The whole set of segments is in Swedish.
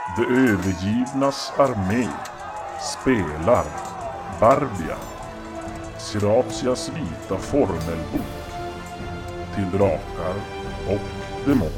De övergivnas armé spelar Barbia, Siratias vita formelbok till drakar och demoner.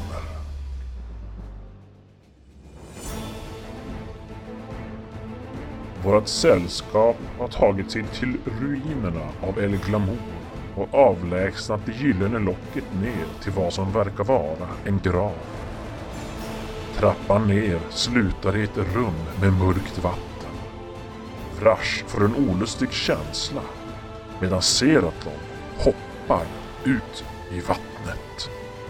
Vårt sällskap har tagit sig till ruinerna av El Glamour och avlägsnat det gyllene locket ner till vad som verkar vara en grav. Trappan ner slutar i ett rum med mörkt vatten. Vrash får en olustig känsla medan Seratlon hoppar ut i vattnet.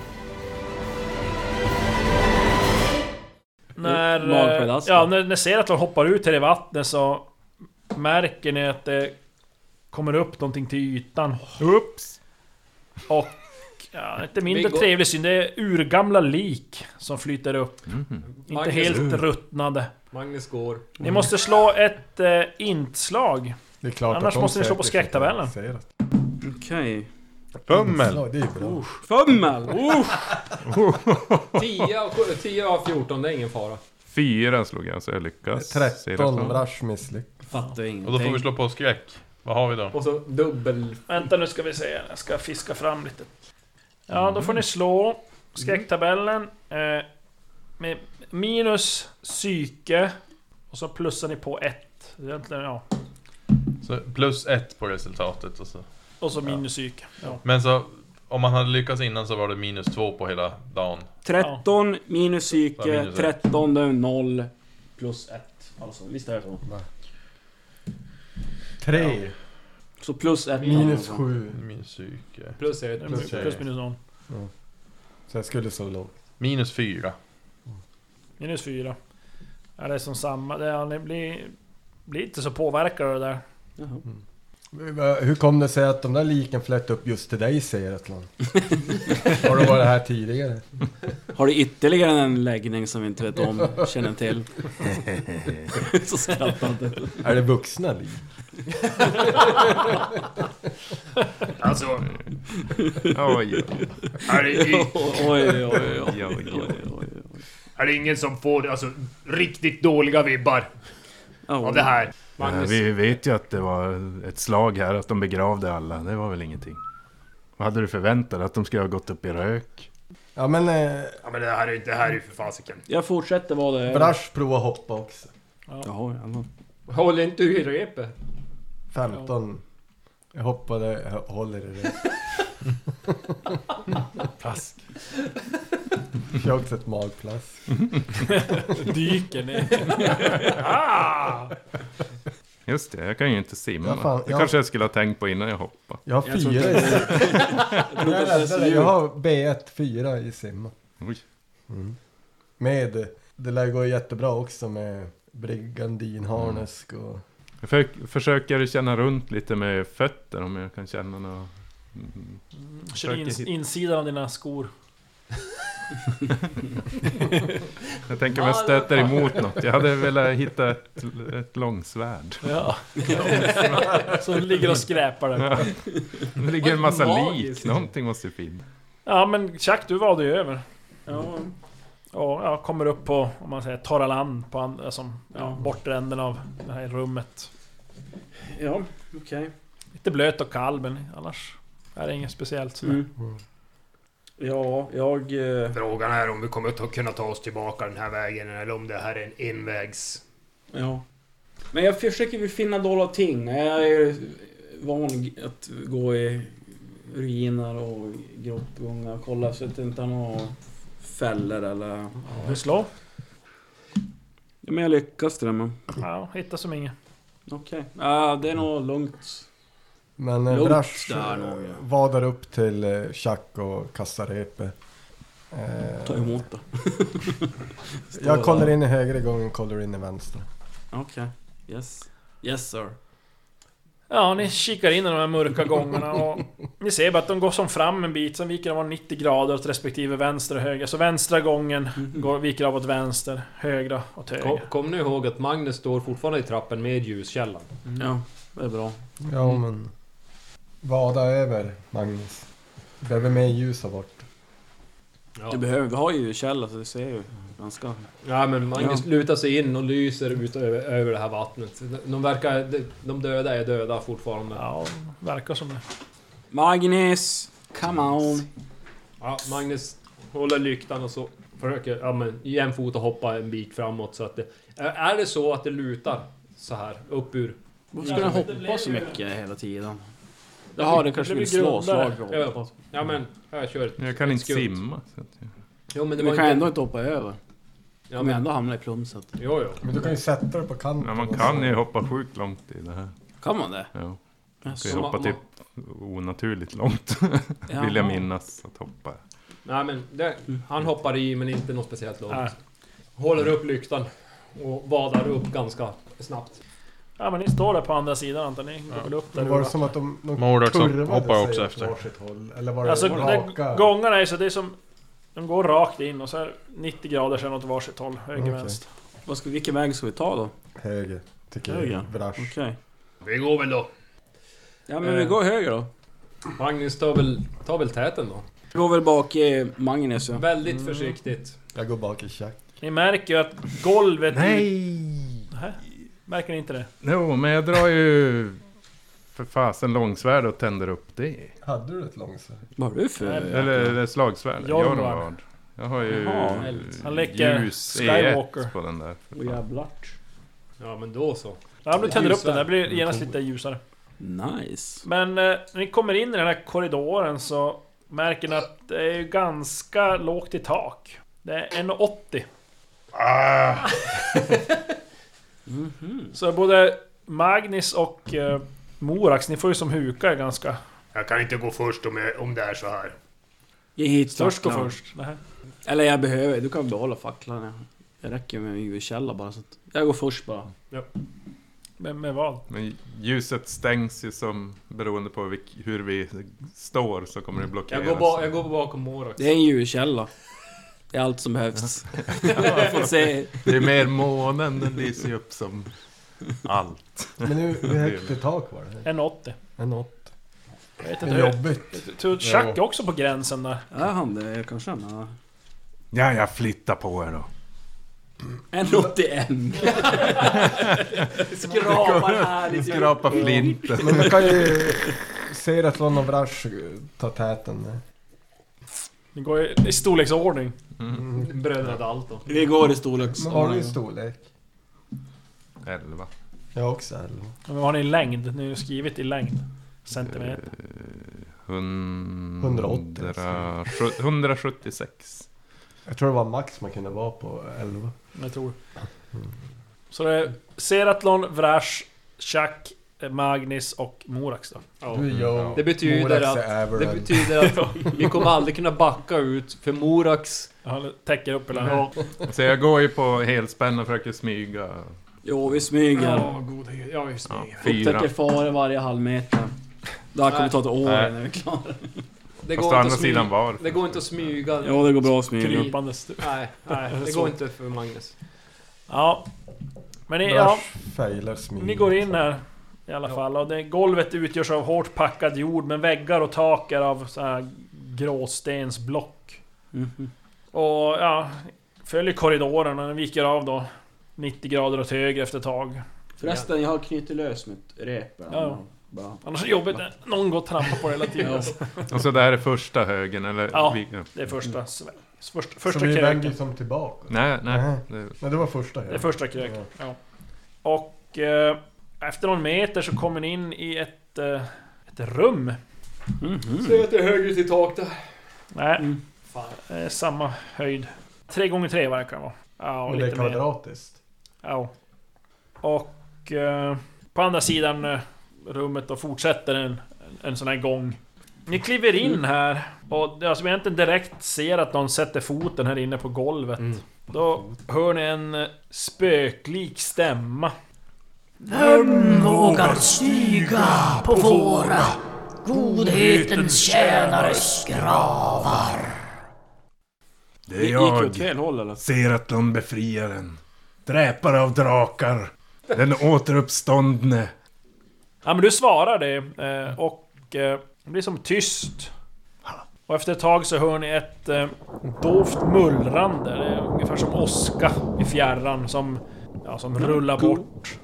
När Seratlon hoppar ut här i vattnet så märker ni att det kommer upp någonting till ytan. Ups. Och inte mindre trevlig syn. Det är urgamla lik som flyter upp. Inte helt ruttnade. Magnus går. Ni måste slå ett intslag. Det är klart. Annars måste ni slå på skräcktabellen. Okej. Fummel. Det är bra. Fummel! 10 av 14, det är ingen fara. 4 slog jag så jag lyckas. 13 Vrash misslyck. Fattar ingenting. Och då får vi slå på skräck. Vad har vi då? Och så dubbel. Vänta nu ska vi se. Jag ska fiska fram lite. Ja, då får ni slå skräcktabellen med minus psyke och så plussar ni på 1. Egentligen, ja. Så plus 1 på resultatet Och så minus psyke. Ja. Men så om man hade lyckats innan så var det minus 2 på hela dagen. 13 minus psyke, Ja, minus 13 det är 0 plus 1. Alltså, visst är det så? 3. Så plus 1 minus 7. Minus psyke. Plus 1. Plus minus 0. Ja. Så jag skulle så lågt. Minus 4. Minus 4. Ja, det är som samma. Det blir inte så påverkade det där. Hur kom det sig att de där liken flöt upp just till dig, Seratlon? Har du varit här tidigare? Har du ytterligare en läggning som vi inte vet om, känner till? Så skrattande. Är det vuxna lik? Alltså. Oj. Är det ingen som får riktigt dåliga vibbar av det här? Vi vet ju att det var ett slag här, att de begravde alla. Det var väl ingenting. Vad hade du förväntat dig? Att de skulle ha gått upp i rök? Ja men det här är ju för fasiken. Jag fortsätter vad det är. Vrash prova hoppa också. Jaha, Håller inte du i repet? 15. Jag hoppade, jag håller i det. Plask. Jag har också ett magplask. Dyker ner. Just det, jag kan ju inte simma. Ja, det kanske jag skulle ha tänkt på innan jag hoppade. Jag har 4 jag har B1, 4 i simma. Oj. Med, det lär gå jättebra också med brigandinharnesk och... Jag försöker känna runt lite med fötter om jag kan känna något. Kör insidan av dina skor. Jag tänker man stöter emot något. Jag hade velat hitta ett långsvärd. Ja. Så ligger och skräpar där. Ja. Det ligger en massa lik. Någonting måste ju finnas. Ja men Chuck, du valde ju över. Ja, jag kommer upp på, om man säger, torra land på bortre änden av det här rummet. Ja, okej. Lite blöt och kall, men annars är det inget speciellt sådär. Ja, Frågan är om vi kommer att kunna ta oss tillbaka den här vägen eller om det här är en envägs. Ja. Men jag försöker väl finna dolda ting. Jag är van att gå i ruiner och grottgångar och kolla så att det inte har några fällor eller... Hur slå? Ja, men jag lyckas det men... Ja, hitta som inget. Okej. Ja, det är nog lugnt. Men Vrash vadar upp till Chuck och kastar repe. Ta emot då. Jag kollar in i högra gången, kollar in i vänster. Okej. Yes sir. Ja, ni kikar in i de här mörka gångarna och ni ser bara att de går som fram en bit, sen viker de av 90 grader åt respektive vänster och höger. Så vänstra gången viker av åt vänster, högra åt höger. Kom nu ihåg att Magnus står fortfarande i trappen med ljuskällan. Ja, det är bra. Ja, men... Vada över, Magnus. Behöver mer ljus av bort. Du behöver, vi har ju källa så det ser ju ganska... Ja, men Magnus lutar sig in och lyser ut över det här vattnet. De döda är döda fortfarande. Ja, verkar som det. Magnus, come on. Ja, Magnus håller lyktan och så försöker jämfota hoppa en bit framåt så att det... Är det så att det lutar så här upp ur... Varför ska den hoppa så mycket hela tiden? Det har det kanske det vill blir slå slag grundare. på. Ja, men jag kör ett... Jag kan ett inte skutt. simma. Så att Jo, men det Vi var kan inte... ändå inte hoppa över. Ja, Kommer men... ändå hamna i plumset. Jo. Men du kan ju sätta dig på kanten. ja, man kan ju hoppa sjukt långt i det här. Kan man det? Ja. Du kan Jaså. ju hoppa typ onaturligt långt. Jaha. Vill jag minnas att hoppa. Nej, men han hoppar i, men inte något speciellt långt. Nej. Håller upp lyktan och vadar upp ganska snabbt. Ja, men ni står där på andra sidan antar ni. Går väl upp där. Men var det som att de Mordor kurvade hoppar sig också åt efter. varsitt håll? Eller var det Alltså, raka? gångarna är så det är som... De går rakt in och så är 90 grader sen åt varsitt håll. Höger, Okej. vänster. Vilken väg ska vi ta då? Höger, tycker Höger? jag. Brasch. Okej. Vi går väl då. Ja men vi går höger då. Magnus tar väl täten då. Vi går väl bak i Magnus ja. Väldigt försiktigt. Jag går bak i Jack. Ni märker ju att golvet... Nej! Nähä? Märker ni inte det? Jo, men jag drar ju för fasen långsvärd och tänder upp det. Hade du ett långsvärd? Vad har du för... Eller slagsvärd. Jormungand. Jormungand. Jag har ju Jaha, han leker ljus Skywalker. E1 på den där. Åh jävlar. Ja, men då så. Ja, du tänder upp den där. blir genast lite ljusare. Nice. Men när ni kommer in i den här korridoren så märker ni att det är ju ganska lågt i tak. Det är 1,80. Så både Magnus och Morax, ni får ju som hukar ganska... Jag kan inte gå först om det är så här. Ge hit Störst går facklan. först. Nähä. Eller jag behöver, du kan behålla facklan. Ja. Det räcker med en ljuskälla bara så att... Jag går först bara. Med vad? Men ljuset stängs ju som beroende på hur vi står så kommer det blockeras. Jag går bakom Morax. Det är en ljuskälla. Det är allt som behövs. Jag får se. Det är mer månen, den lyser ju upp som allt. Men hur högt i tak var det? 1,80. En 8. Jag vet Det inte är hur... jobbigt. Tror Chuck är också på gränsen där. Ja han det kanske han ja. Ja, jag flyttar på er då. 1,81. Skrapar här lite. Skrapa flinten. Men man kan ju se att någon av Brasch tar täten. Det går i storleksordning. Bröderna Dalton. Vi går i storleks... Men har du i storlek? 11. Jag också 11. Men vad har ni i längd? Nu har skrivit i längd. Centimeter. 176. Jag tror det var max man kunde vara på 11. Jag tror. Så det är Seratlon, Vrash, Chuck, Magnus och Morax då. Du är Joe. Det betyder Morax att... är Averell. Det betyder att vi kommer aldrig kunna backa ut för Morax... Han täcker upp hela... Ja, Så jag går ju på helspänn och försöker smyga. Jo vi smyger. god. Ja, vi smyger. 4. Upptäcker fare varje halvmeter. Det här kommer ta ett år Nej. när vi är klara. Det Fast å går, inte andra att sidan smyga, var. det går inte att smyga. Jo det går bra att smyga. Krypandes. Nej, det går inte för Magnus. Ja. Men ni, ja, Brasch failar smyg. ni går in här i alla fall. Och det, golvet utgörs av hårt packad jord. Men väggar och tak är av så här gråstensblock. Mhm. Och ja, följer korridoren och den viker av då 90 grader åt höger efter ett tag. Förresten jag har knutit lös mitt rep. Ja. Bra. Annars är det jobbigt när någon går och trampar på det hela tiden. Ja. Och så där är första högen eller? Ja. Det är första Så vi vänder kröken. som tillbaka. Nej. Nej. Det, Nej, det var första. Det är första kröken. Ja. Och efter någon meter så kommer ni in i ett rum. Mhm. Säg att det är högre till tak där. Nej, det är samma höjd. 3x3 verkar det vara. Ja, och Men det är lite mer. kvadratiskt. Ja. Och på andra sidan rummet då fortsätter en sån här gång. Ni kliver in här och det, alltså, vi egentligen direkt ser att någon sätter foten här inne på golvet. Då hör ni en spöklik stämma. Vem vågar stiga på våra godhetens tjänares gravar? det är Gick vi åt jag. fel håll eller? Seratlon befriaren. Dräpare av drakar. Den återuppståndne. Ja men du svarar det och det blir som tyst. Och efter ett tag så hör ni ett dovt mullrande. Det är ungefär som åska i fjärran som rullar bort.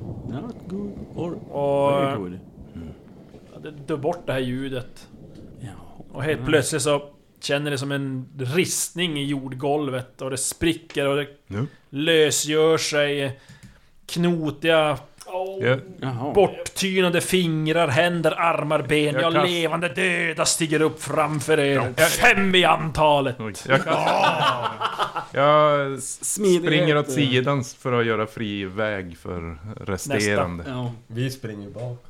Och det dör bort det här ljudet. Och helt plötsligt så känner det som en ristning i jordgolvet. Och det spricker och det lösgör sig knotiga... borttynade fingrar, händer, armar, ben. Levande döda stiger upp framför er. 5 i antalet. Jag springer åt sidan för att göra fri väg för resterande. Ja. Vi springer bak.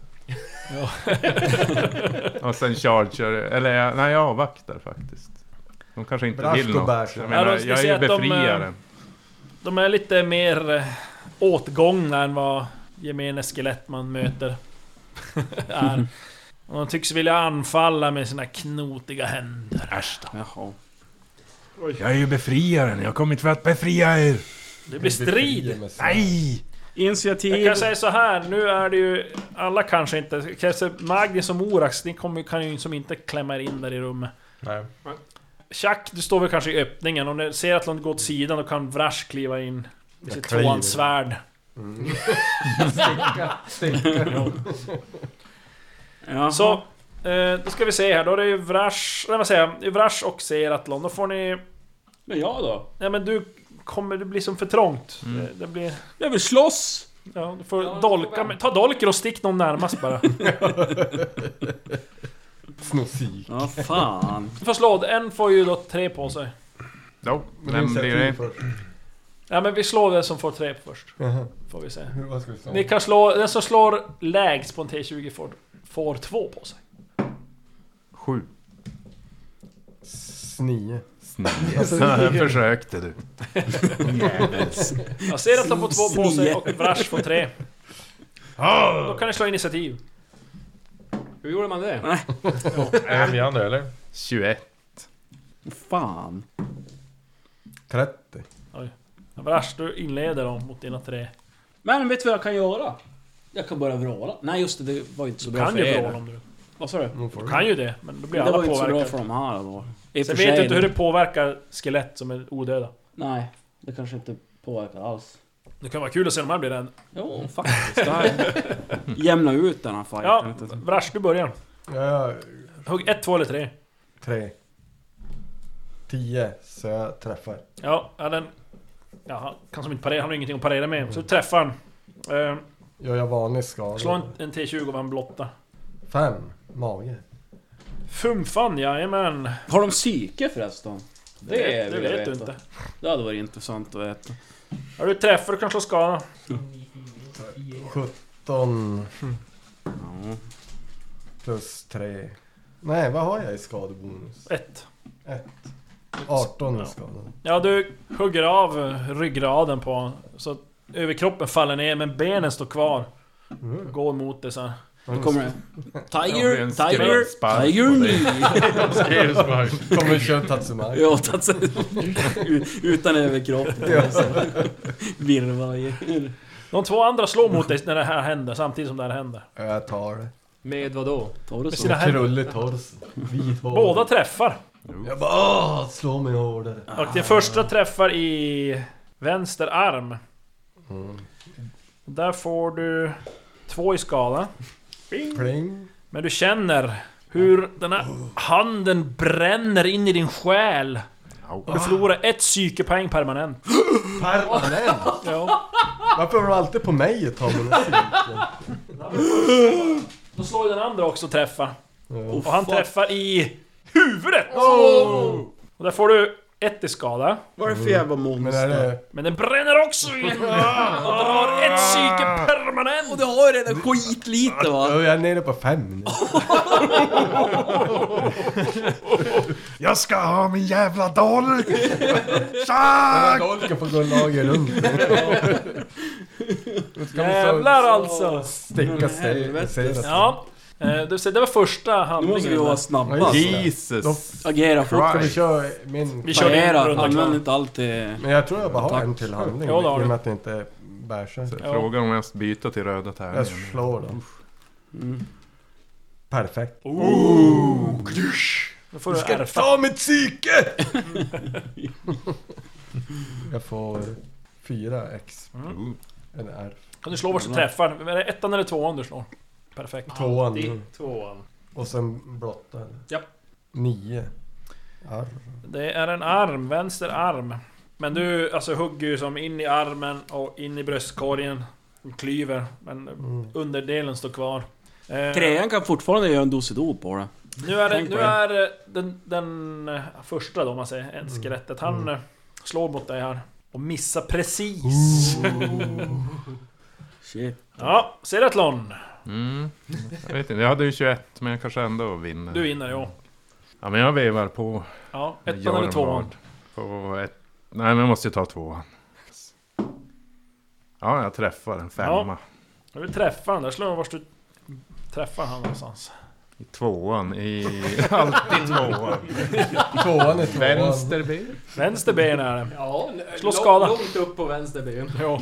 Och sen charger, eller jag avvaktar faktiskt. De kanske inte vill något. Jag är ju befriaren. De är lite mer åtgångna än vad gemene skelett man möter är. Och de tycks vilja anfalla med sina knotiga händer. Äsch då. Jag är ju befriaren, jag har kommit för att befria er. Det blir strid. Nej! Initiativ. Jag kan säga så här, nu är det ju... Alla kanske inte... Kanske Magnus och Morax, ni kan ju som inte klämma in där i rummet. Nej. Chuck, du står väl kanske i öppningen. Om du ser att någon går åt sidan, då kan Vrash kliva in med sitt tvåhandsvärd. Sticka. Så, då ska vi se här. Då är det ju Vrash och Seratlon. Då får ni... Men jag då? Nej, men du blir som för trångt. Det blir... Jag vill slåss! Ja, du får dolka. Ta dolker och stick någon närmast bara. Snosik. Ja, fan. Du får slå. En får ju då 3 på sig. No, vem blir det? Ja, men vi slår den som får 3 först. Får vi se. Vad ska vi slå? Ni kan slå... Den som slår lägst på en T20 får 2 på sig. 7. 9. Jag försökte du. Jag ser att de får 2 på sig och Vrash får 3. Då kan ni slå initiativ. Hur gjorde man det? Är vi andra eller? 21. Fan. 30. Oj. Vrash, du inleder dem mot dina 3. Men vet du vad jag kan göra? Jag kan börja vråla. Nej just det var inte så bra Kan för ju er. vråla om du... Vad sa du? Du kan ju det, men då blir Det alla var inte så bra påverkade. för de här då. Sen vet du inte hur det påverkar skelett som är odöda. Nej, det kanske inte påverkar alls. Det kan vara kul att se om de här blir rädd. Jo, faktiskt. Det här jämna ut den här fighten. Ja, Vrash, du börjar. Ja, Hugg 1, 2 eller 3. 3. 10, så jag träffar. Ja, den... Ja, han kan som inte parera, han har ingenting att parera med. Så du träffar han. Gör jag vanlig skada? Slå en T20 och han blotta. 5. Mage. Fumfan, jajamän. Har de psyke förresten? Det vill jag vet du veta. inte. Det hade varit intressant att veta. Ja, du träffar, du kan slå skada. 17. Plus 3. Nej, vad har jag i skadebonus? 1. 18 i skadan. Ja, du hugger av ryggraden på, så överkroppen faller ner, men benen står kvar. Går mot det så här. Då kommer det. Tiger Kommer köra Tatsumaki. Ja, utan överkropp. Virvar. De 2 andra slår mot dig när det här händer, samtidigt som det här händer. Jag tar det. Med vad då? Tar du så? sina händer. Krullig torso. Vit hår. Båda träffar. Jag bara slå mig hårdare. Och det första träffar i vänster arm. Där får du 2 i skada. Pling. Men du känner hur den här handen bränner in i din själ. Och du förlorar 1 psykepoäng permanent. Permanent? Ja. Varför var du alltid på mig ett tag? Då slår ju den andra också träffa. Och han träffar i huvudet! Och där får du 1 i skada. Vad är det för jävla Men monster? är det... Men den bränner också in! Och drar 1 psyke permanent! Och det har ju redan skitlite va? Jag är nere på 5 nu. Jag ska ha min jävla dolk! Den dolken får gå en lager runt. Jävlar alltså! Sticka sig. Ja, det var första Nu handlingen. måste vi vara snabbast. Jesus! Agera fort. Ska vi köra min... Vi kör en runda Använd kvar. inte alltid... Men jag tror jag bara har en till handling. Ja, det har I och du. med att det inte bär sig. Frågan om jag ska byta till röda Jag tärningar. slår dem. Perfekt. Då får Du du ska ärfa. ta mitt psyke! Jag får 4x. En R. Kan du slå vart du träffar? Är det ettan eller tvåan du slår? Perfekt. Tvåan. Tvåan. Och sen blotta. Japp. 9. R. Det är en arm, vänster arm. Men du alltså hugger ju som in i armen och in i bröstkorgen. Klyver, men underdelen står kvar. Trean kan fortfarande göra en dosidol på det. Nu är, Tänk nu på det. är den första då, man säger, en skelettet. Han slår mot dig här. Och missar precis. Shit. Ja, Seratlon. Jag vet inte, jag hade ju 21 men jag kanske ändå vinner. Du vinner, ja. Ja men jag vevar på. Ja, ettan eller tvåan. På ett... Nej men jag måste ju ta tvåan. Ja, jag träffar en 5. Ja. Jag vill träffa den där, slå vart du träffar han någonstans. I tvåan, alltid tvåan. Tvåan är tvåan. Vänsterben. Vänster ben är det. Ja, Slå skada. Långt upp på vänster ben. Ja.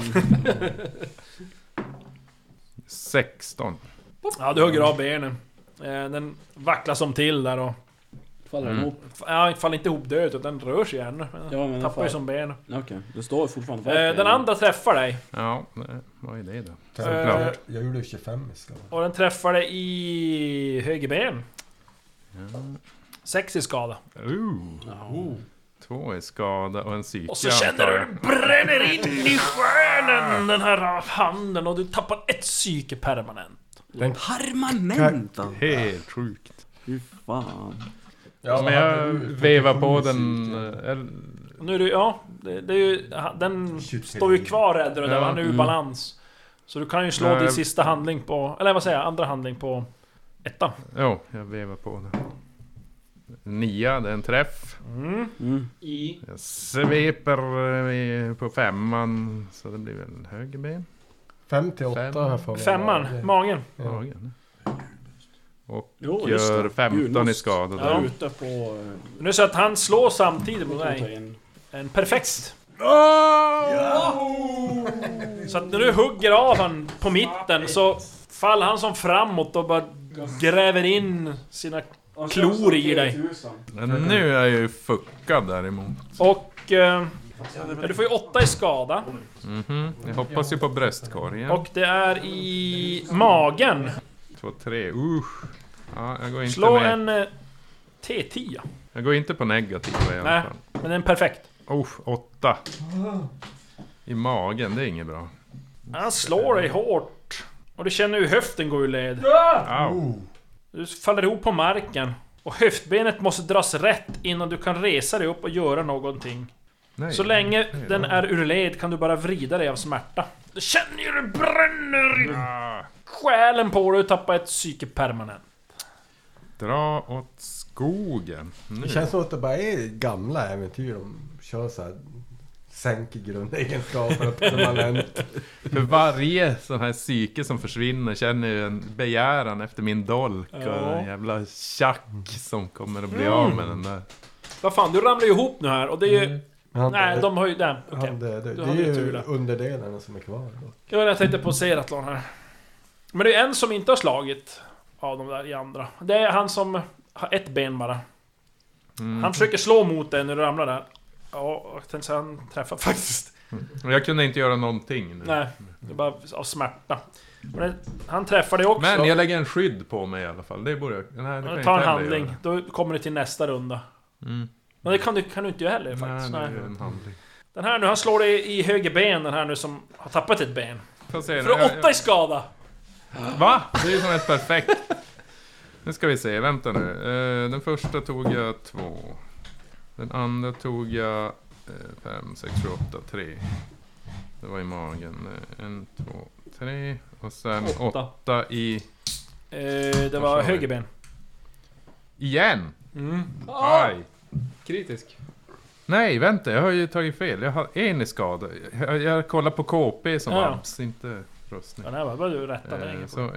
16. Ja, du hugger av benen. Den vacklar som till där och... Faller den ihop? Ja, faller inte ihop död utan den rör sig ännu. Ja, men Tappar ju som ben. Okej, det står fortfarande Den andra träffar dig. Ja, vad är det då? Såklart. Jag gjorde 25 i skada. Och den träffar dig i höger ben. 6 i skada. 2 i skada och en psyke. Och så känner du hur det bränner in i stjärnen den här handen och du tappar ett psyke permanent. Permanent! Helt sjukt. Fy fan. Ja, men jag vevar på den... Nu är du, ja, det är ju, den står ju kvar rädd och där han är ur balans. Så du kan ju slå din sista handling på, eller vad säger jag, andra handling på ettan. Jo, jag vevar på den. 9, det är en träff. Jag sveper på 5 så det blir väl högerben. 5 till 8 här för mig. 5, magen. Magen. Och just gör det. 15 i skada. Ja. Ute på... Nu är det så att han slår samtidigt mot dig. En perfekt. Så att när du hugger av han på mitten så faller han som framåt och bara gräver in sina klor i dig. Men nu är jag ju fuckad däremot. Och du får ju 8 i skada. Jag hoppas ju på bröstkorgen. Och det är i magen. 2, 3. Ja, jag går inte Slå med. en T10. Jag går inte på negativa i alla Nej, fall. men den är perfekt. 8. I magen, det är inget bra. Han slår dig hårt. Och du känner hur höften går ur led. Au. Du faller ihop på marken. Och höftbenet måste dras rätt innan du kan resa dig upp och göra någonting. Nej. Så länge den är ur led kan du bara vrida dig av smärta. Du känner ju hur det bränner i själen på dig och tappar ett psyke permanent. Dra åt skogen. Nu. Det känns som att det bara är gamla äventyr. De kör så här. Sänker grundegenskaper permanent. För varje sån här psyke som försvinner känner jag en begäran efter min dolk och en jävla tjack som kommer att bli av med den där. Vad fan, du ramlar ju ihop nu här och det är ju... Nej, de har ju... Nej, okej. Det Du är hade ju tur ju där. underdelarna som är kvar. Ja, jag tänkte på Seratlon här. Men det är en som inte har slagit av de där i andra. Det är han som har ett ben bara. Han försöker slå mot dig när du ramlar där. Ja, jag tänkte säga han träffar faktiskt. Jag kunde inte göra någonting nu. Nej, det är bara av smärta. Men han träffar dig också. Men jag lägger en skydd på mig i alla fall. Det borde jag... Nej, det kan Ta en inte handling, göra. då kommer du till nästa runda. Men det kan du inte göra heller faktiskt. Nej, det är en handling. Den här nu, han slår dig i höger ben, den här nu som har tappat ett ben. Får se, För 8 i skada! Va? Det är ju som ett perfekt. Nu ska vi se, vänta nu. Den första tog jag 2. Den andra tog jag 5, 6, 7, 8, 3. Det var i magen. 1, 2, 3. Och sen 8 i... Det var höger ben. Igen? Aj. Kritisk. Nej, vänta, jag har ju tagit fel. Jag har en i skada. Jag kollar på KP som abs, inte rustning. Den här var du rätta vägen. Så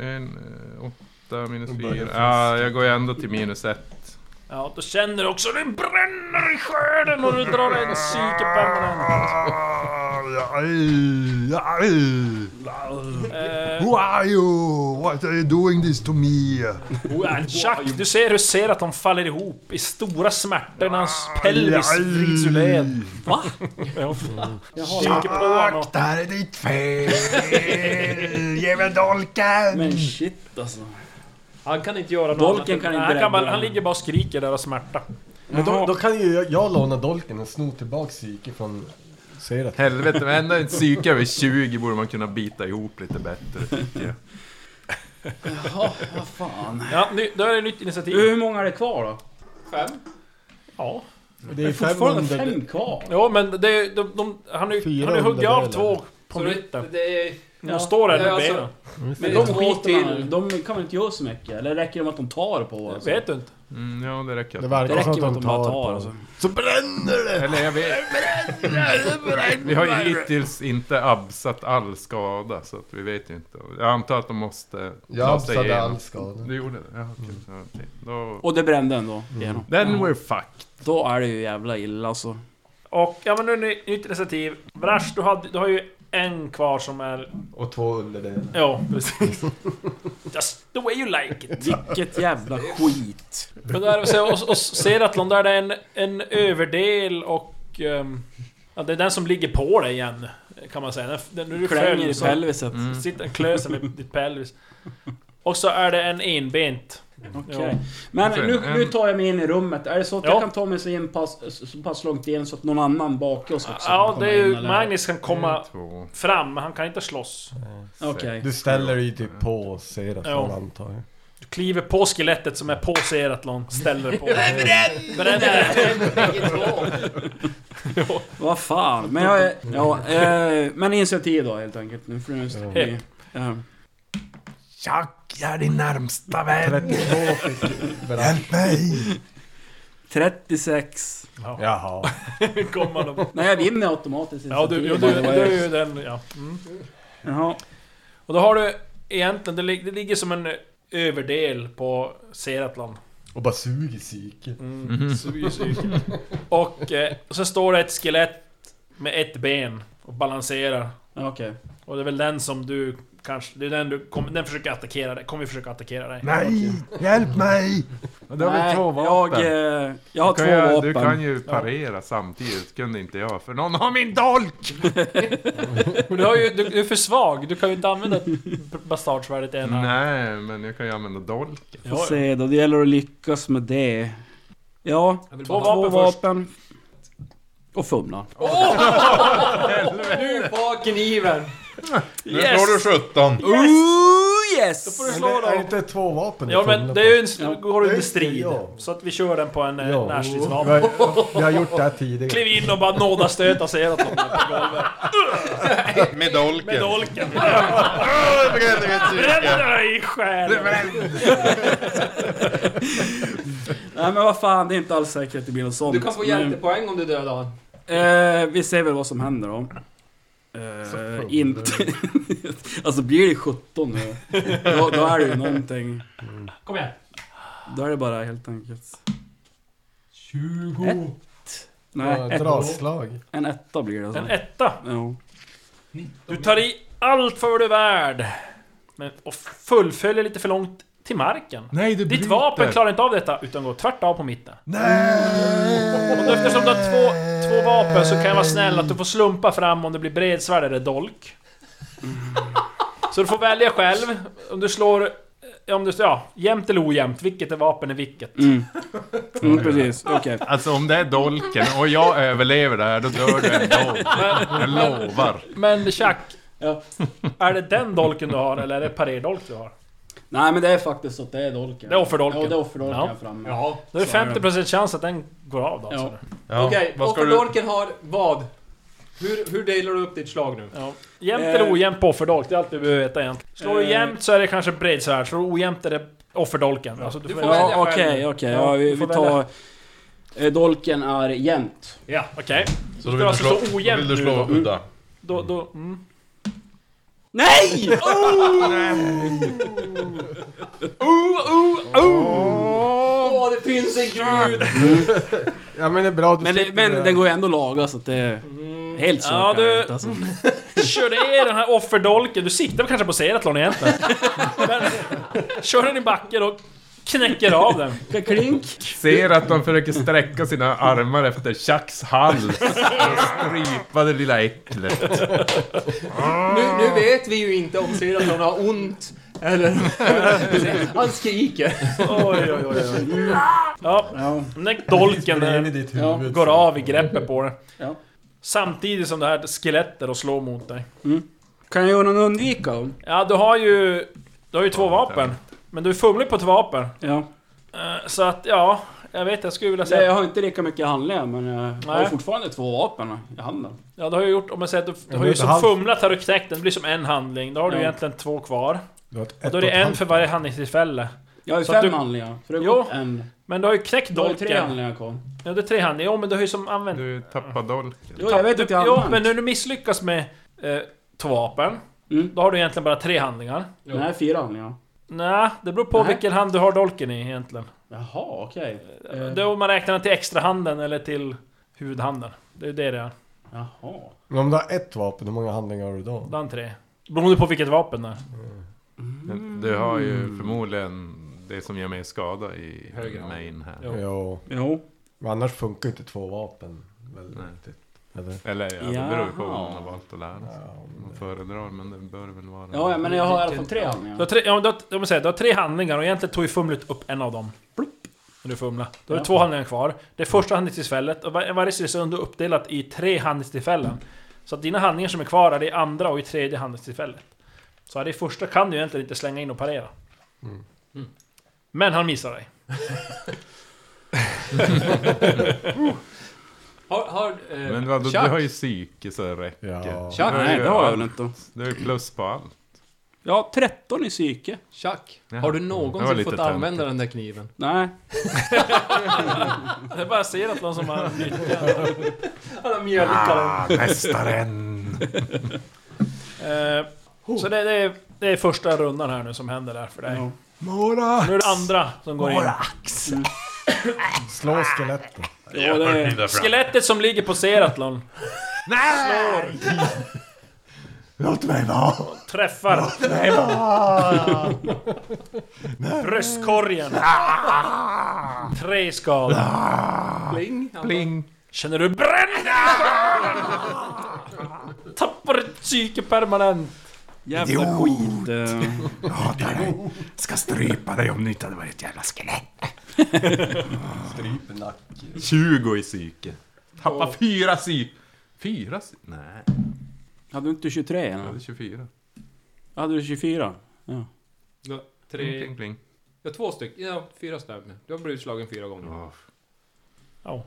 8 minus 4. Ja, jag går ju ändå till minus 1. Ja, då känner du också hur det bränner i skörden och du drar en psyke permanent. What are you doing this to me? Chuck, du ser hur Seratlon faller ihop i stora smärtor när hans pelvis vrids ur led. Va? Sticker på honom. Det här är ditt fel! Ge mig dolken! Men shit alltså. Han kan inte göra något. Dolken kan inte rädda. Han ligger bara och skriker där av smärta. Men då kan ju jag låna dolken och sno tillbaka psyke från Seratlon. Helvete, men ändå en psyke över 20 borde man kunna bita ihop lite bättre, tycker jag. Jaha, vad fan. Ja, då är det nytt initiativ. Hur många är det kvar då? 5? Ja. Det är fortfarande 500. 5 kvar. Ja, men det är, han har ju huggit av 2 på mitten. De står där med benen. Men de skiterna, de kan väl inte göra så mycket? Eller räcker det med att de tar på? Alltså? Vet du inte? Ja, det räcker. Det verkar Det som räcker att med de att de bara tar tar på. alltså. Så bränner det! Eller jag vet. Vi har ju hittills inte absat all skada, så att vi vet ju inte. Jag antar att de måste Jag ta sig absade igenom. all skada. Du gjorde det? Ja, okej. Då... Och det brände ändå igenom. Then we're fucked. Då är det ju jävla illa alltså. Och ja, men nu är det nytt initiativ. Vrash, du har ju en kvar som är... Och 2 under det. Ja, precis. Just the way you like it. Vilket jävla skit. Och Seratlon, där det är en överdel och... ja, det är den som ligger på dig igen, kan man säga. Nu Klänger i pelviset. Sitter en klöser med ditt pelvis. Och så är det en enbent. Okej. Men nu tar jag mig in i rummet. Är det så att jag kan ta mig så in så pass långt in så att någon annan bakom oss också Ja, kommer det är ju... in, eller? Magnus kan komma fram, men han kan inte slåss. Okej. Du ställer dig typ på Seratlon, antar jag. Du kliver på skelettet som är på Seratlon, ställer på. Vad fan. Men jag är... men initiativ då helt enkelt. Nu får du... Chuck, jag är din närmsta vän. 32 fick Hjälp mig! 36. Jaha. Kommer de. Nej, jag vinner automatiskt. Ja, du är ju den, ja. Jaha. Och då har du egentligen, det ligger som en överdel på Seratlon. Och bara suger psyke. Suger psyke. Och så står det ett skelett med ett ben och balanserar. Okej. Och det är väl den som du kanske... Det är den den försöker attackera dig. Kommer försöka attackera dig. Nej, hjälp mig! Du har väl 2 vapen? Jag har 2 vapen. Du kan ju parera samtidigt, kunde inte jag. För någon har min dolk! Men du är för svag. Du kan ju inte använda bastardsvärdet i en hand. Nej, men jag kan ju använda dolken. Får se då, det gäller att lyckas med det. Ja, 2 vapen. Och fumla. Nu var kniven! Nu slår du 17. Yes! Då får du slå då. Är det inte 2 vapen? Ja, men det är ju en... Går under just det, strid. ja. Så att vi kör den på en närstridsvapen. Vi har gjort det här tidigare. Kliv in och bara nådastöta Seratlon på golvet. Med dolken. Med dolken. Bränn Bränn dig i själen. Nej men vad fan, det är inte alls säkert att det blir något sånt. Du kan få hjältepoäng om du dödar han. Vi ser väl vad som händer då. Inte... alltså blir det 17 nu, då är det ju någonting. Kom igen. Då är det bara helt enkelt 20. 1. Nej, dragslag. En 1 blir det alltså. En 1. Ja. Du tar i allt för du är värd. Men, och fullföljer lite för långt till marken. Nej, du Ditt vapen klarar inte av detta utan går tvärt av på mitten. Nej! Och eftersom du har 2 vapen så kan jag vara snäll att du får slumpa fram om det blir bredsvärd eller dolk. Så du får välja själv om du slår jämnt eller ojämnt, vilket är vapen är vilket. Precis, okej. Alltså om det är dolken och jag överlever det här, då dör du ändå. Jag lovar. Men Chuck, är det den dolken du har eller är det parerdolk du har? Nej men det är faktiskt så att det är dolken. Det är offerdolken. Ja, det är offerdolken framme. Ja. Då är det 50% chans att den går av då. Ja. Ja, Okej, vad ska du... offerdolken har vad? Hur delar du upp ditt slag nu? Ja. Jämnt eller ojämnt på offerdolk, det är allt du behöver veta egentligen. Slår du jämnt så är det kanske bredsvärd, slår du ojämnt är det offerdolken. Alltså, du får Ja, okej. Ja, vi tar... dolken är jämnt. Ja, okej. Så då vill du slå, så ojämnt vill du slå nu udda. Då. Nej! Åh, det finns en gud! Ja men det är bra. Men den går ju ändå att laga så att det är helt Ja, säkert. Alltså. kör ner den här offerdolken. Du siktar kanske på Seratlon egentligen. Men kör den i backen och knäcker av den. Klink. Ser att de försöker sträcka sina armar efter Chucks hals och strypa det lilla äcklet. Nu vet vi ju inte om Seratlon har ont eller... Han skriker. Oj. Ja, den dolken går av i greppet på det. Ja. Samtidigt som det här skelettet och slår mot dig. Kan jag göra någon undvika? Ja, du har ju 2 vapen. Men du är fumlig på ett vapen. Ja. Så att, ja... Jag vet, jag skulle vilja säga... Jag har inte lika mycket handlingar, men jag har fortfarande 2 vapen i handen. Ja, du har ju gjort... Om man säger att du har ju som fumlat här och knäckt den. Det blir som en handling. Då har du egentligen 2 kvar. Och då är det en för varje handlingstillfälle. Jag har ju 5 handlingar. För det har en... Men du har ju knäckt dolken. Du har 3 handlingar kvar. Ja, det är 3 handlingar. Jo, men du har ju som använt... Du tappar dolken. Jo, jag vet att jag har använt. Men när du misslyckas med 2 vapen, då har du egentligen bara 3 handlingar. Nej, 4 handlingar. Nej, det beror på vilken hand du har dolken i egentligen. Jaha, okej. Då man räknar den till extra handen eller till huvudhanden. Det är det är. Jaha. Men om du har 1 vapen, hur många handlingar har du då? Den 3. Beroende på vilket vapen det är. Du har ju förmodligen det som ger mig skada i höger main här. Jo. Men annars funkar inte 2 vapen väldigt. Eller det beror ju på vad man har valt att lära sig. Man föredrar, men det bör väl vara... Ja, men jag har i alla fall 3 handlingar. Du har 3 handlingar och egentligen tog ju fumligt upp en av dem. När du fumlar. Då har du 2 handlingar kvar. Det är första handlingstillfället och varje stund är uppdelat i 3 handlingstillfällen. Så att dina handlingar som är kvar är det andra och i tredje handlingstillfället. Så det första kan du egentligen inte slänga in och parera. Men han missar dig. Men du har ju psyke så det räcker. Ja. Nej, det har jag väl inte. Det är plus på allt. Ja, 13 i psyke. Chuck, har du någonsin fått använda den där kniven? Nej. Det är bara ser att någon som har nyttjat. Han har mjölkat den. Mästaren. Så det är första rundan här nu som händer där för dig. Ja. Nu är det andra som går in. Slå skelettet. Ja, det är... Skelettet som ligger på Seratlon. Nej! Låt mig vara! Träffar. Låt mig vara! Bröstkorgen. 3 skador. Pling. Pling. Känner du bränna? Tappar ett psyke permanent. Jävla skit. Hatare. Ska strypa dig om du inte hade varit ett jävla skelett. Stryper nacken. 20 i psyke. Tappa 4 psyke. 4? Nej. Hade du inte 23? Jag hade 24. Hade du 24? Ja. Ja, 3. Pling. Ja, 2 stycken. Ja, 4 slag. Du har blivit slagen 4 gånger. Ja.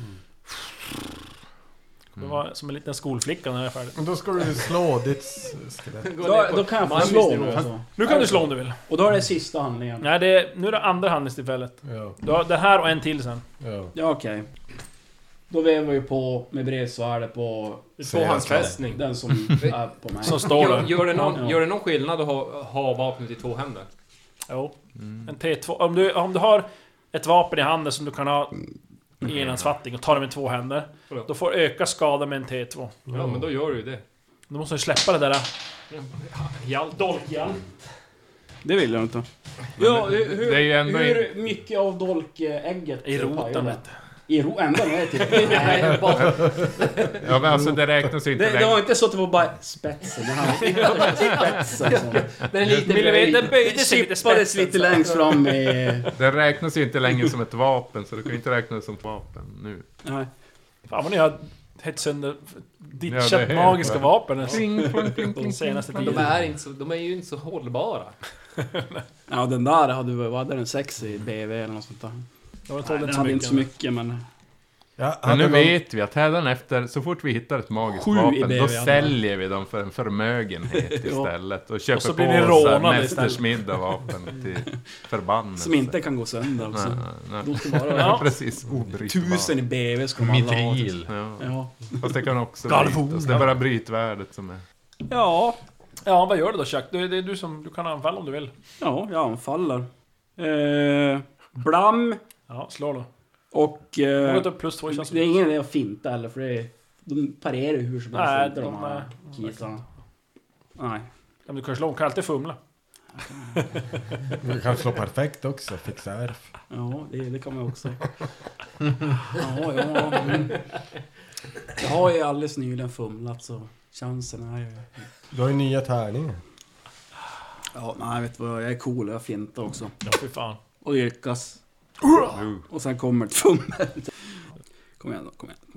Det var som en liten skolflicka när jag är färdig. Men då ska du slå ditt skelett. Då kan jag få slå nu alltså. Nu kan du slå om du vill. Och då är det sista handlingen. Nej, nu är det andra handlingstillfället. Ja. Du har det här och en till sen. Ja, okej. Då väver vi på med bredsvärde på tvåhandsfästning. Den som är på mig. Som står där. Gör det någon skillnad att ha vapnet i 2 händer? Jo. En T2. Om du har ett vapen i handen som du kan ha i enhandsfattning och tar det med 2 händer, då får du öka skada med en T2. Ja, men då gör du ju det. Då måste du släppa det där. Dolkjalt. Det vill jag inte. Ja, det är ju ändå hur mycket av dolkägget i roten? Ända ner till... Nej, bara... Ja, men alltså det räknas inte längre. Det var inte så att det var bara spetsen. Spetsen. Den lite millimeter böjdes lite spetsen. Lite längst fram i... Det räknas ju inte längre som ett vapen, så du kan inte räkna det som ett vapen nu. Nej. Fan vad ni har hett sönder ditchat magiska vapen. De senaste tiden. De är ju inte så hållbara. Ja, den där hade en 6 i BV eller något sånt där. Den hade inte så mycket, men... Ja, men nu vet vi att hädanefter, så fort vi hittar ett magiskt vapen, då säljer vi dem för en förmögenhet istället. Och köper och på oss mästersmidda vapen till förbannelse. Som inte kan gå sönder alltså. Nej. Ja, precis. Obrytbara. 1000 i BV ska man alla ha. Ja. Fast det kan också brytas. Det är bara brytvärdet som är... Ja. Ja, vad gör du då, Chuck? Det är du som... Du kan anfalla om du vill. Ja, jag anfaller. Blam. Ja, slå då. Och... plus 2 det är ingen idé att finta heller, för de parerar ju hur som helst. Nej, de här kisarna. Nej. Om du kan slå, kan alltid fumla. Du kan slå perfekt också, fixa ärf. Ja, det kan man också. Ja. Jag har ju alldeles nyligen fumlat så chansen är ju... Du har ju nya tärningar. Ja, nej, vet du vad, jag är cool, jag fintar också. Ja, fy fan. Och lyckas. Och sen kommer ett fummel. Kom igen.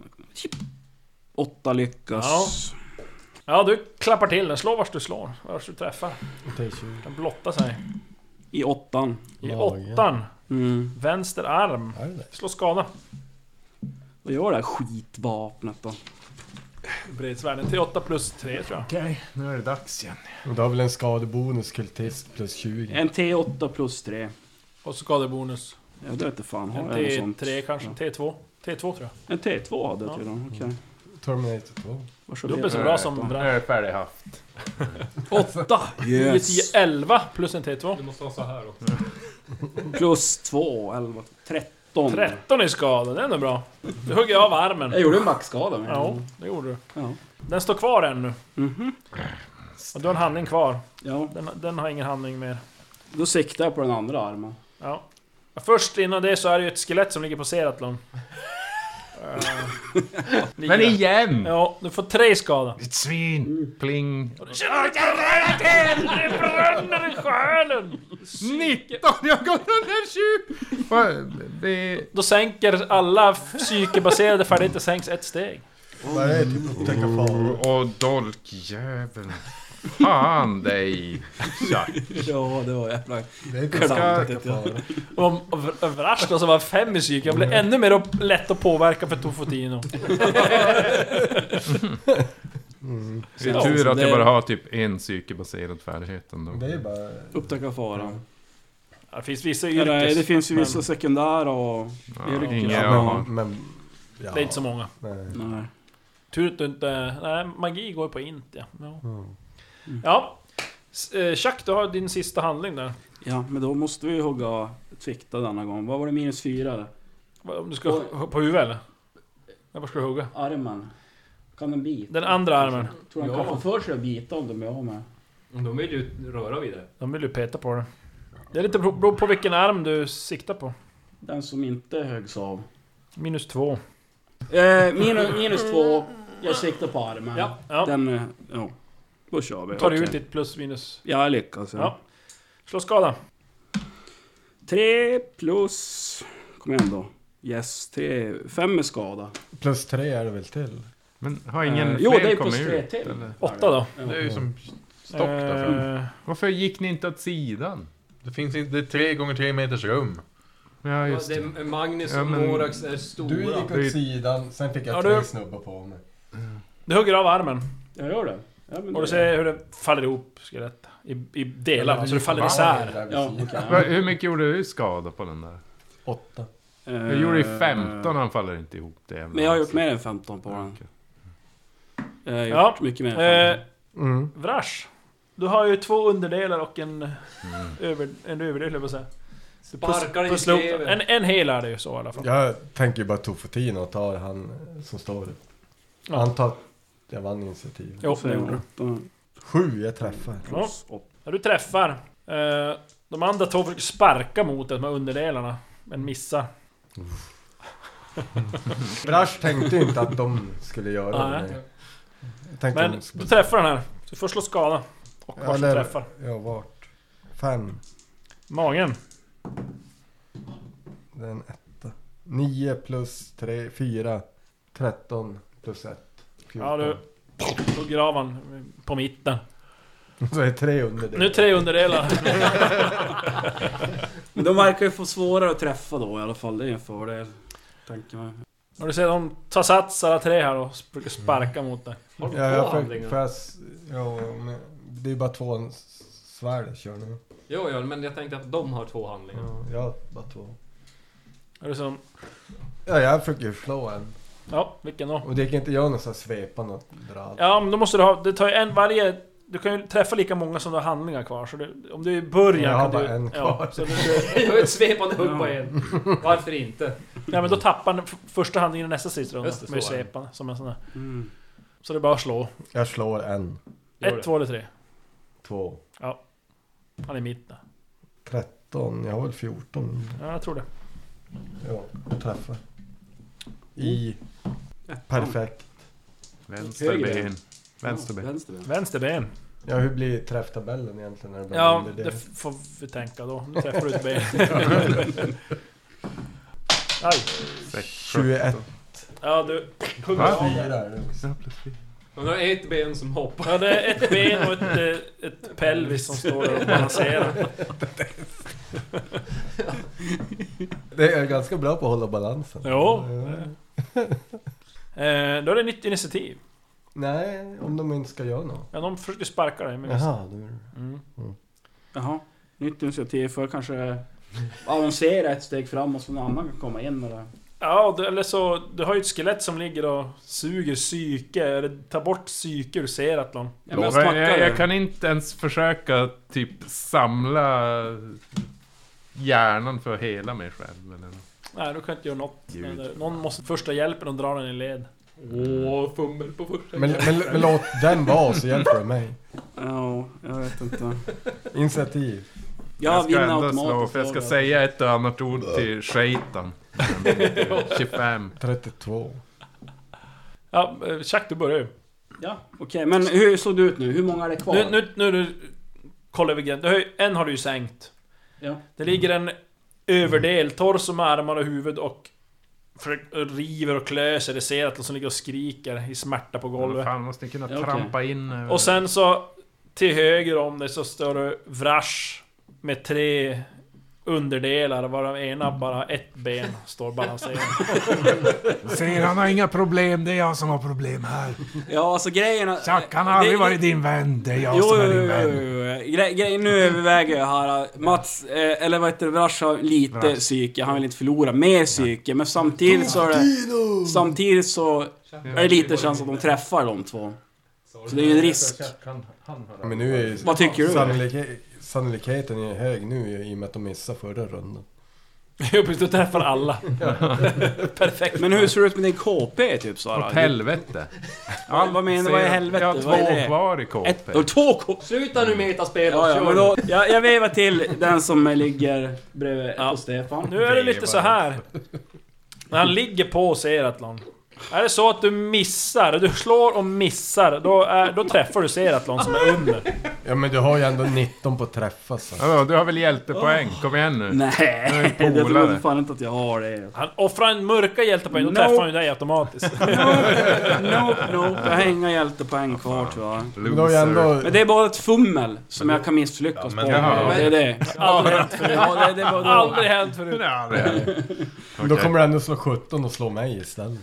8 lyckas. Ja, du klappar till den. Slå vars du slår. Vars du träffar. Den blottar sig. I 8. I 8. Vänster arm. Slå skada. Vad gör det här skitvapnet då? Bredsvärden till 8 plus 3 tror jag. Okej, nu är det dags igen. Och du har väl en skadebonus kultist plus 20. En T8 plus 3. Och så skadebonus. Ja, det vet inte fan. Har En jag något sånt? T3 kanske. T2. T2 tror jag. En T2 hade jag till dem, okej. Terminator 2. Dubbelt så bra som Nu är Vrach. det färdighaft. 8! 10, 11 plus en T2. Det måste vara så här också. Plus 2, 11, 13. 13 i skada, det är ändå bra. Du hugger av armen. Jag gjorde en backskada med. Ja, det gjorde du. Ja. Den står kvar ännu. Och du har en handling kvar. Ja. Den har ingen handling mer. Då siktar jag på den andra armen. Ja. Först innan det så är det ju ett skelett som ligger på Seratlon. Men igen! Ja, du får 3 skada. Ditt svin! Pling! Och du känner att det bränner i själen! 19! Jag går under 20! Då sänker alla psykebaserade färdigheter sänks ett steg. Vad är det? Typ upptäcka faror. Och dolkjäveln. Fan dig! Tjack. Ja, det var jävla... Det är inte sant att faror. Om Vrach då som var 5 i psyke, jag blev ännu mer lätt att påverka för Tofotino. Det är tur att jag bara har typ en psykebaserad färdighet ändå. Det är bara... Upptäcka fara. Det finns vissa Ja, yrkes... det finns ju vissa sekundära och... Ja, inga jag har. Men... Ja. Det är inte så många. Nej. Tur att du inte... Nej, magi går på int, ja. Ja. Chuck, du har din sista handling där. Ja, men då måste vi hugga tvikta denna gång. Vad var det, minus 4 eller? Om du ska på huvudet eller? Var ska du hugga? Armen. Kan den bita? Den andra armen. Tror han kan få för sig att bita om de är av med. De vill ju röra vidare. De vill ju peta på det. Det är lite beror på vilken arm du siktar på. Den som inte högs av. Minus 2. Minus 2. Jag siktar på armen. Ja. Den... Ja. Då kör vi. Tar du ut ditt plus minus? Ja, jag lyckas. Ja. Slå skada. 3 plus... Kom igen då. Yes, 5 med skada. Plus 3 är det väl till? Men har ingen Jo, fler det är kommit plus 3 ut? till. Eller? 8 då. Det är ju som stopp där fram. Varför gick ni inte åt sidan? Det finns inte, det är 3 gånger 3 meters rum. Ja, just det. Det är Magnus Ja, och men- Morax är stora. Du gick åt sidan, sen fick jag Ja, 3 du- snubbar på mig. Du hugger av armen. Jag gör det. Ja, men Och du ser hur det faller ihop skelett. I delar, så det faller isär. Ja, okej. Hur mycket gjorde du skada på den där? 8. Jag gjorde ju 15, han faller inte ihop det jävla. Men jag har gjort mer än 15 på den. Jag har gjort Ja. mycket mer än 15. Vrach. Du har ju 2 underdelar och en överdel, jag vill säga. Sparkar i Pussla ihop sleven. en hel är det ju så i alla fall. Jag tänker ju bara Tofotino och tar han som står. Ja. Han tar... Jag vann initiativ. Jo, det gjorde du. 7, jag träffar. Ja. Ja, du träffar. De andra 2 försöker sparka mot det med underdelarna. Men missar. Brash tänkte ju inte att de skulle göra Nej. det. Jag tänkte Men de skulle... du träffar den här. Så du får slå skada. Och vart du träffar. Ja, vart? 5. Magen. Det är en 1. 9 plus 3, 4. 13 plus 1. 14. Ja, du hugger av han på mitten. Så är det 3 underdelar. Nu är 3 underdelar. Men de verkar ju få svårare att träffa då i alla fall. Det är en fördel. Tänker man. Och du ser de tar sats alla 3 här och brukar sparka mot det. Har du Ja, två jag handlingar? men det är ju bara 2 svärd jag kör nu. Jo, men jag tänkte att de har 2 handlingar. Ja, jag har bara 2. Är det som... Ja, jag försöker ju slå en. Ja, vilken då? Och det kan inte göra något så här svepande och dra allt. Ja, men då måste du ha... Det tar ju en varje... Du kan ju träffa lika många som du har handlingar kvar. Så det, om du är i början Jag har kan bara du... en Ja, kvar. så du, Jag har ett svepande hugg på en. Varför inte? ja, men då tappar den första handlingen i nästa sista runda. Just det, Med så är det. svepande, som en sån där. Mm. Så det är bara att slå. Jag slår en. 1, 2 eller 3. 2. Ja. Han är i mitten. 13, jag har väl 14. Ja, jag tror det. Ja, jag träffar. I perfekt. Vänsterben. Vänsterben. Ja, hur blir träfftabellen egentligen? När det blir Ja, under det får vi tänka då. Nu träffar du ett ben. Aj. 21. Ja, du hugger Va? av. 4 är det också. Han har ett ben som hoppar. Ja, det är ett ben och ett pelvis som står där och balanserar. Det är ganska bra på att hålla balansen. Jo. Då är det nytt initiativ. Nej, om de inte ska göra något. Ja, de försöker sparka dig. Men Jaha, Jaha. Nytt initiativ för kanske avancera ett steg framåt så någon annan kan komma in med det. Ja, eller så... Du har ju ett skelett som ligger och suger psyke. Eller tar bort psyke ur Seratlon. Ja, men jag kan inte ens försöka typ samla hjärnan för att hela mig själv. Eller? Nej, du kan inte göra något. Gud. Någon måste första hjälpen och dra den i led. Fummel på första. Men låt den vara så hjälper det mig. Ja, jag vet inte. Initiativ. Jag ska vinner ändå automatiskt. slå, för jag ska säga ett och annat ord till skejtan. 25. 32. Ja, Chuck, du börjar ju. Ja, okej. Men hur såg det ut nu? Hur många är det kvar? Nu kollar vi igen. En har du ju sänkt. Ja. Det ligger en överdel, torso med armar och huvud och river och klöser. Det ser att de som ligger och skriker i smärta på golvet. Fan, måste ni kunna trampa in. Och sen så till höger om det så står det Vrash med 3 underdelar, varav ena bara ett ben står balanserad. Säger han har inga problem, det är jag som har problem här. Ja, alltså grejerna... Chuck, han har aldrig varit din vän, det är jag som är din vän. Grejen nu överväger jag här. Mats, eller vad heter det, Vrash har lite psyke, han vill inte förlora mer psyke, men samtidigt så är det lite chans att de träffar de två. Så det är ju en risk. Men nu är vad tycker du? Sannolikheten är hög nu i och med att de missade förra rundan. Jo, precis, du träffar alla. Perfekt. Men hur ser det ut med din KP typ så här? Åt helvete. Vad menar du? Vad är helvete? Jag har 2 kvar i KP. 2 KP? Sluta nu metaspel. Ja, men då, jag vevar till den som ligger bredvid på Stefan. Nu är det lite så här. När han ligger på Seratlon. Är det så att du missar, du slår och missar, då träffar du Seratlon som är under. Ja, men du har ju ändå 19 på att träffa så. Ja, du har väl hjältepoäng, kom igen nu. Nej, det tror jag fan inte att jag har det. Han offrar en mörka hjältepoäng, då träffar han ju dig automatiskt. Nope, jag har inga hjältepoäng kvar tror jag. Men det är bara ett fummel som jag kan misslyckas på. Det är det. Aldrig hänt förut. Då kommer du ändå slå 17 och slå mig istället.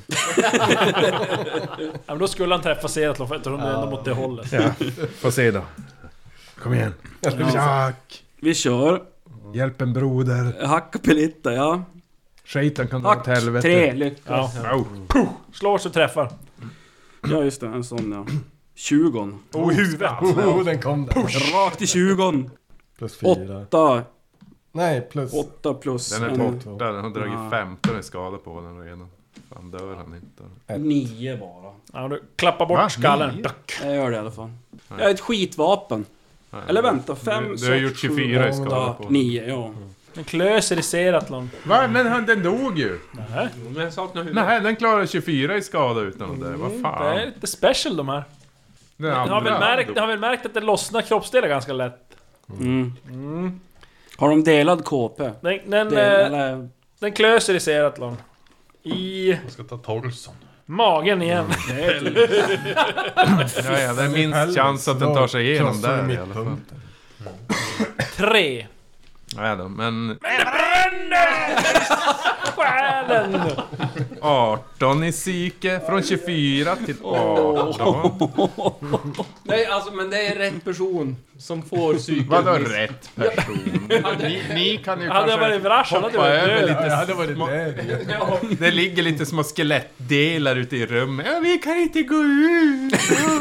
Ja, men då skulle han träffa Seratlon för att de är ändå mot det hållet. Ja, får se då. Kom igen. Chuck. Vi kör. Hjälp en broder. Hacka pelitta, ja. Skiten kan dra åt helvete. 3 lyckas. Ja. Slår så träffar. Ja, just det. En sån, ja. 20. Huvudet. Den kom där. Rakt i 20. Plus 4. 8. Nej, plus 8 plus. Den är borta, den har dragit 15 i skada på den redan. Fan, dör han inte. 9 bara. Ja, du klappar bort skallen. Jag gör det i alla fall. Jag har ett skitvapen. Nej, eller vänta, 5, du har gjort 24 i skada på 9, ja. Den klöser i Seratlon. Va? Men den dog ju. Nej. Men saknar huvudet. Nej, den klarar 24 i skada utan att det. Vad fan? Det är lite special de här. Den Jag har väl märkt att det lossnar kroppsdelar ganska lätt. Har de delad KP? Den klöser i Seratlon. Jag ska ta torson. Magen igen. Ja, det är minst chans att den tar sig igenom där i alla fall. 3. Ja då, men... Det bränner! Själen! 18 i psyke, från 24 till 18. Nej, alltså, men det är rätt person som får psyke. Vadå rätt person? Ni kan ju hade kanske varit Vrash, hoppa över lite små... Det ligger lite små skelettdelar ute i rummet. Ja, vi kan inte gå ut!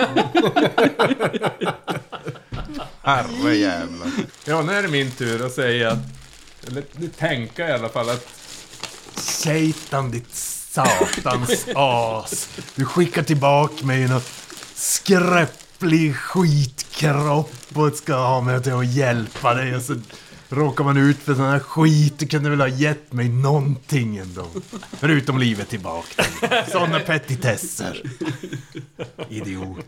Herre jävlar. Ja, nu är det min tur att säga att... Eller tänka i alla fall att... Satan, ditt satans as. Du skickar tillbaka mig i något skräpplig skit kropp och ska ha mig till att hjälpa dig och så råkar man ut för sån här skit. Du kunde väl ha gett mig någonting ändå. Förutom livet tillbaka. Såna petitesser. Idiot.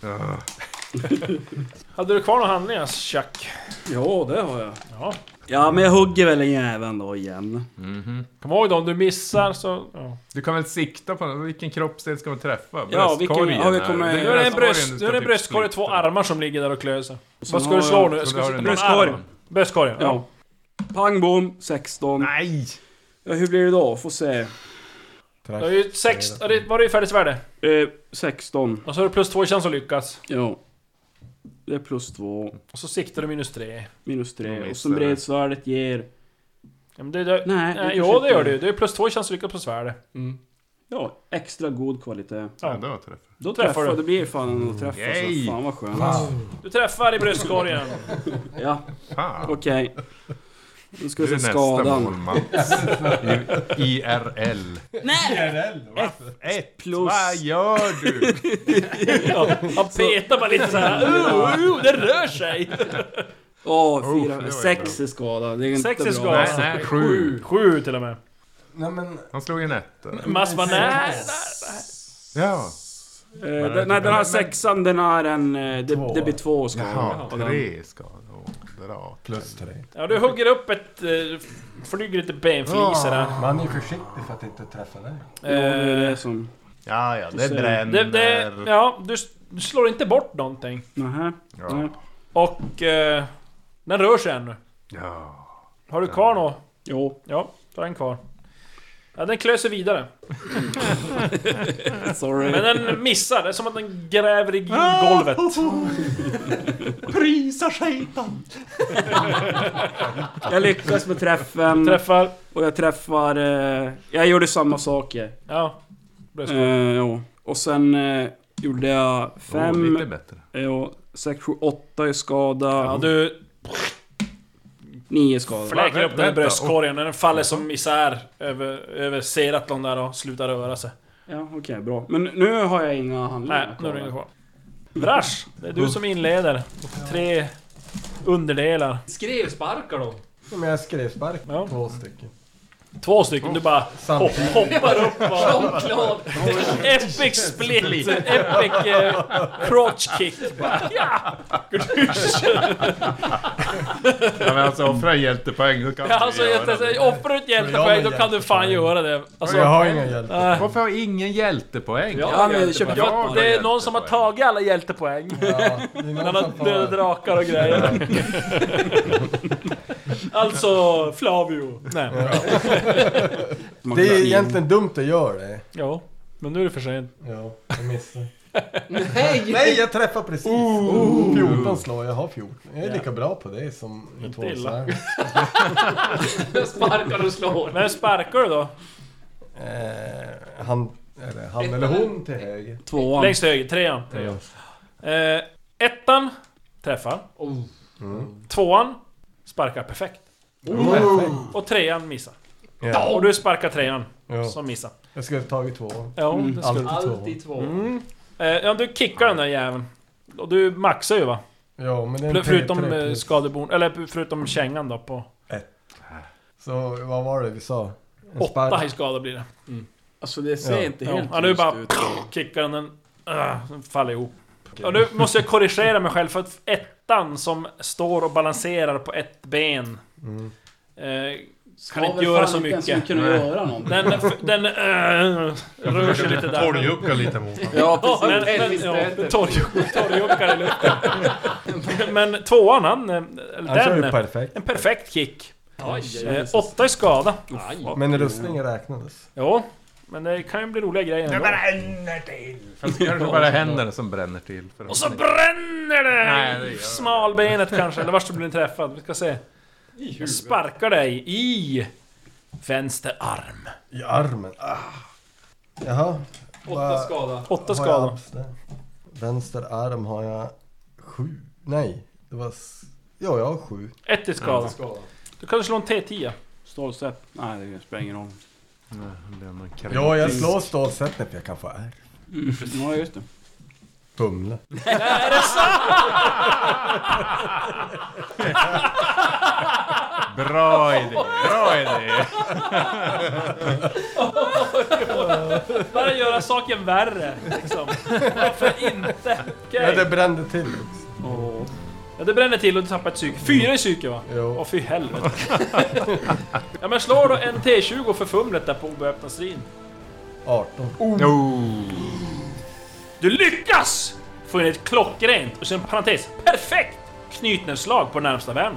Hade du kvar några handlingar, Chuck? Ja, det har jag. Ja. Ja, men jag hugger väl en jäveln då igen. Kom ihåg då, om du missar så... Ja. Du kan väl sikta på vilken kroppsdel ska man träffa? Ja, vilken... Ja, vi kommer... Nu är det en bröstkorg och 2 armar som ligger där och klöser sig. Vad ska du slå nu? Bröstkorgen. Ja. Pang bom, 16. Nej! Ja, hur blir det då? Får se. Det är ju 16... Var det ju färdighetsvärde? 16. Och så har du plus 2 chans att lyckas. Ja. Det är plus 2. Och så siktar du minus 3. Minus 3. Och som bredsvärdet ger... Ja, men det Nej, jo, det gör du. Det är plus 2 chans att lyckas på svärdet. Ja, extra god kvalitet. Ja, då träffar. Då träffar du. Det blir fan en träff. Alltså. Fan vad skönt. Du träffar i bröstkorgen. Ja, okej. Nu ska vi se nästa skadan. mål, Mats. IRL. Nej! F1 plus. Vad gör du? Ja, han petar bara lite så här. Det rör sig. 4, 6 är skadad. Det är inte 6 är bra. skadad. Nej, 7 till och med. Nej men... Han slog en etta. Mass var nej. Ja. Den här 6an, den är en... Det blir 2 skador. Jaha, 3 skador. Bra. Plus 3. Ja, du hugger upp ett... Flyger lite benfliser där. Man är ju försiktig för att inte träffa dig. Ja, det är det som... Ja, det bränner. Ja, du slår inte bort någonting. Nähä. Ja. Och... den rör sig ännu. Ja. Har du kvar något? Jo. Ja, då är den kvar. Ja, den klöser vidare. Sorry. Men den missar. Det är som att den gräver i golvet. Prisa skiten. Jag lyckas med träffen. Träffar. Och jag träffar... jag gjorde samma saker. Ja. Ja. Och sen gjorde jag 5... lite bättre. 6, 7, 8 i skada. Ja, du 9 skada. fläker upp den i bröstkorgen. Den faller som isär över Seratlon där och slutar röra sig. Ja, okej, bra. Men nu har jag inga handlingar. Nej, nu är det inga kvar. Vrash, det är du som inleder. 3 underdelar. Skrevsparkar då. Men jag skrev spark. Ja. 2 stycken. 2 stycken, du bara hoppar upp och... Klart. Epic split, epic crotch kick. Ja! Ja, men alltså offra hjältepoäng så kan Ja, alltså, offrar du ett hjältepoäng då kan du fan göra det. Alltså, Jag har ingen hjälp. Varför har ingen hjältepoäng? Ja, men köp ja, det är någon som har tagit alla hjältepoäng. Ja, Han har dödat drakar och grejer. Alltså, Flavio. Nej. Det är egentligen dumt att göra det. Ja, men nu är det för sent. Ja, jag missar. Nej! Nej, jag träffar precis. 14 slår, jag har 14. Jag är lika bra på det som med 2 illa. Sparkar och slår. Men sparkar du då? Han eller hon till höger. 2. Längst höger, 3an. 1an träffar. 2an sparkar perfekt. Och 3an missar. Ja. Och du sparkar 3an Ja. som missar. Jag skulle ha tagit 2. Ja, det skulle Alltid 2. Alltid 2. ja, du kickar den där jäveln. Och du maxar ju va? Ja, men det är Förutom skadebon, eller förutom kängan då på 1. Så vad var det vi sa? 8 i skada blir det. Alltså det ser inte helt Ja, nu bara ut. kickar den faller ihop. Och nu måste jag korrigera mig själv för att 1an som står och balanserar på ett ben kan inte göra så mycket. Kunna göra någonting. Den rör sig lite där. Torrjuckar lite mot honom. Ja, precis. Torrjuckar i luften. Men 2an den en perfekt kick. 8 i skada. Men rustningen räknades. Jo, men det kan ju bli roliga grejer ändå. Det bränner till. Fast det är bara händerna som bränner till. Och så bränner det! Nej, det gör det. Smalbenet kanske, eller vart du blir träffad. Vi ska se. Jag sparkar dig i vänster arm. I armen. Jaha. 8 skada. 8 skada. Vänster arm har jag 7. Nej, det var... Ja, jag har 7. 1 i skada. Du kan slå en T10. Stålsätt. Nej, det spelar ingen roll. Ja, jag slår stålsättning för jag kan få R. Ja, just det. Fumla. Är det sant? Bra idé, bra idé. Bara göra saken värre, liksom. Varför inte? Okej. Ja, det brände till. Ja, det bränner till och du tappar ett psyke. 4 i psyke, va? Jo. Åh, fy helvete. Ja, men slår då en T20 för fumlet där på obeöppnad strid. 18. Du lyckas få in ett klockrent och sen parentes perfekt knytnävsslag på närmsta vän.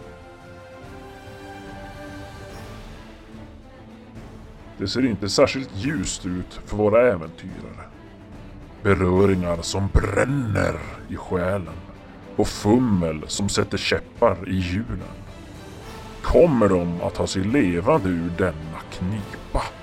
Det ser inte särskilt ljust ut för våra äventyrare. Beröringar som bränner i själen och fummel som sätter käppar i hjulen. Kommer de att ta sig levande ur denna knipa?